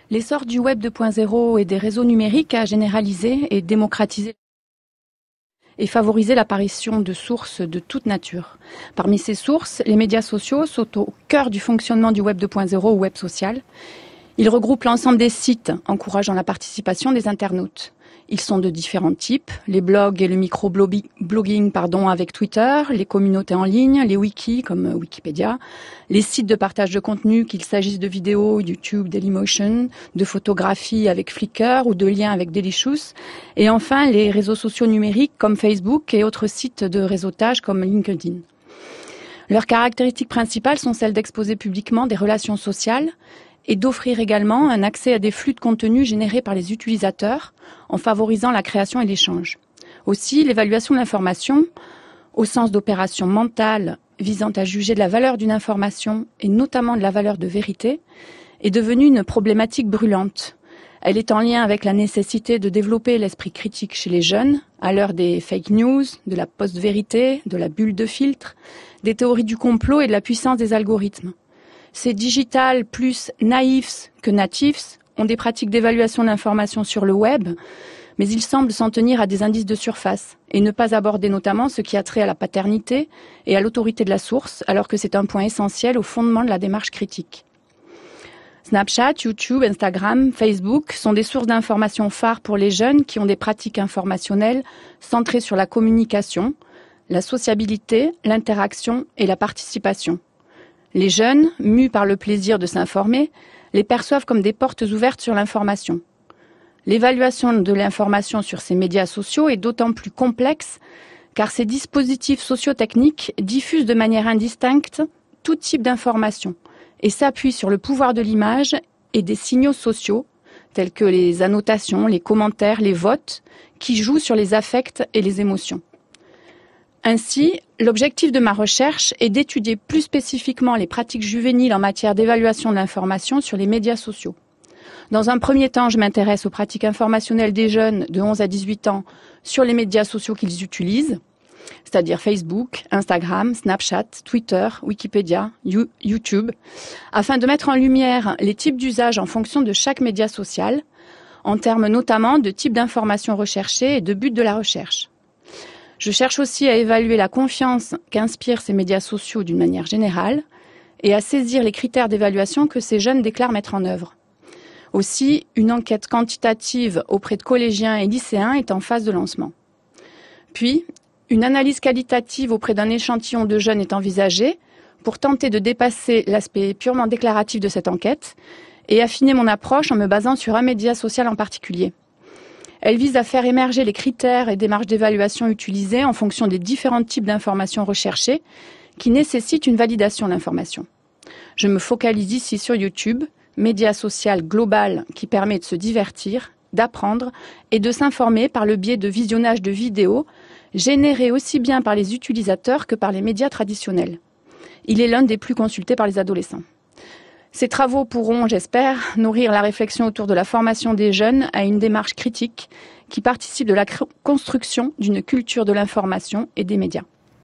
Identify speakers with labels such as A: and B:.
A: L'essor du Web 2.0 et des réseaux numériques a généralisé et démocratisé et favorisé l'apparition de sources de toute nature. Parmi ces sources, les médias sociaux sont au cœur du fonctionnement du Web 2.0 ou Web social. Ils regroupent l'ensemble des sites encourageant la participation des internautes. Ils sont de différents types, les blogs et le micro-blogging avec Twitter, les communautés en ligne, les wikis comme Wikipédia, les sites de partage de contenu, qu'il s'agisse de vidéos, YouTube, Dailymotion, de photographies avec Flickr ou de liens avec Delicious, et enfin les réseaux sociaux numériques comme Facebook et autres sites de réseautage comme LinkedIn. Leurs caractéristiques principales sont celles d'exposer publiquement des relations sociales et d'offrir également un accès à des flux de contenu générés par les utilisateurs en favorisant la création et l'échange. Aussi, l'évaluation de l'information, au sens d'opération mentale visant à juger de la valeur d'une information et notamment de la valeur de vérité, est devenue une problématique brûlante. Elle est en lien avec la nécessité de développer l'esprit critique chez les jeunes, à l'heure des fake news, de la post-vérité, de la bulle de filtre, des théories du complot et de la puissance des algorithmes. Ces digital plus naïfs que natifs ont des pratiques d'évaluation de l'information sur le web, mais ils semblent s'en tenir à des indices de surface et ne pas aborder notamment ce qui a trait à la paternité et à l'autorité de la source, alors que c'est un point essentiel au fondement de la démarche critique. Snapchat, YouTube, Instagram, Facebook sont des sources d'informations phares pour les jeunes qui ont des pratiques informationnelles centrées sur la communication, la sociabilité, l'interaction et la participation. Les jeunes, mus par le plaisir de s'informer, les perçoivent comme des portes ouvertes sur l'information. L'évaluation de l'information sur ces médias sociaux est d'autant plus complexe car ces dispositifs sociotechniques diffusent de manière indistincte tout type d'information et s'appuient sur le pouvoir de l'image et des signaux sociaux tels que les annotations, les commentaires, les votes qui jouent sur les affects et les émotions. Ainsi, l'objectif de ma recherche est d'étudier plus spécifiquement les pratiques juvéniles en matière d'évaluation de l'information sur les médias sociaux. Dans un premier temps, je m'intéresse aux pratiques informationnelles des jeunes de 11 à 18 ans sur les médias sociaux qu'ils utilisent, c'est-à-dire Facebook, Instagram, Snapchat, Twitter, Wikipédia, YouTube, afin de mettre en lumière les types d'usage en fonction de chaque média social, en termes notamment de type d'information recherchée et de but de la recherche. Je cherche aussi à évaluer la confiance qu'inspirent ces médias sociaux d'une manière générale et à saisir les critères d'évaluation que ces jeunes déclarent mettre en œuvre. Aussi, une enquête quantitative auprès de collégiens et lycéens est en phase de lancement. Puis, une analyse qualitative auprès d'un échantillon de jeunes est envisagée pour tenter de dépasser l'aspect purement déclaratif de cette enquête et affiner mon approche en me basant sur un média social en particulier. Elle vise à faire émerger les critères et démarches d'évaluation utilisées en fonction des différents types d'informations recherchées qui nécessitent une validation de l'information. Je me focalise ici sur YouTube, média social global qui permet de se divertir, d'apprendre et de s'informer par le biais de visionnage de vidéos générées aussi bien par les utilisateurs que par les médias traditionnels. Il est l'un des plus consultés par les adolescents. Ces travaux pourront, j'espère, nourrir la réflexion autour de la formation des jeunes à une démarche critique qui participe de la construction d'une culture de l'information et des médias.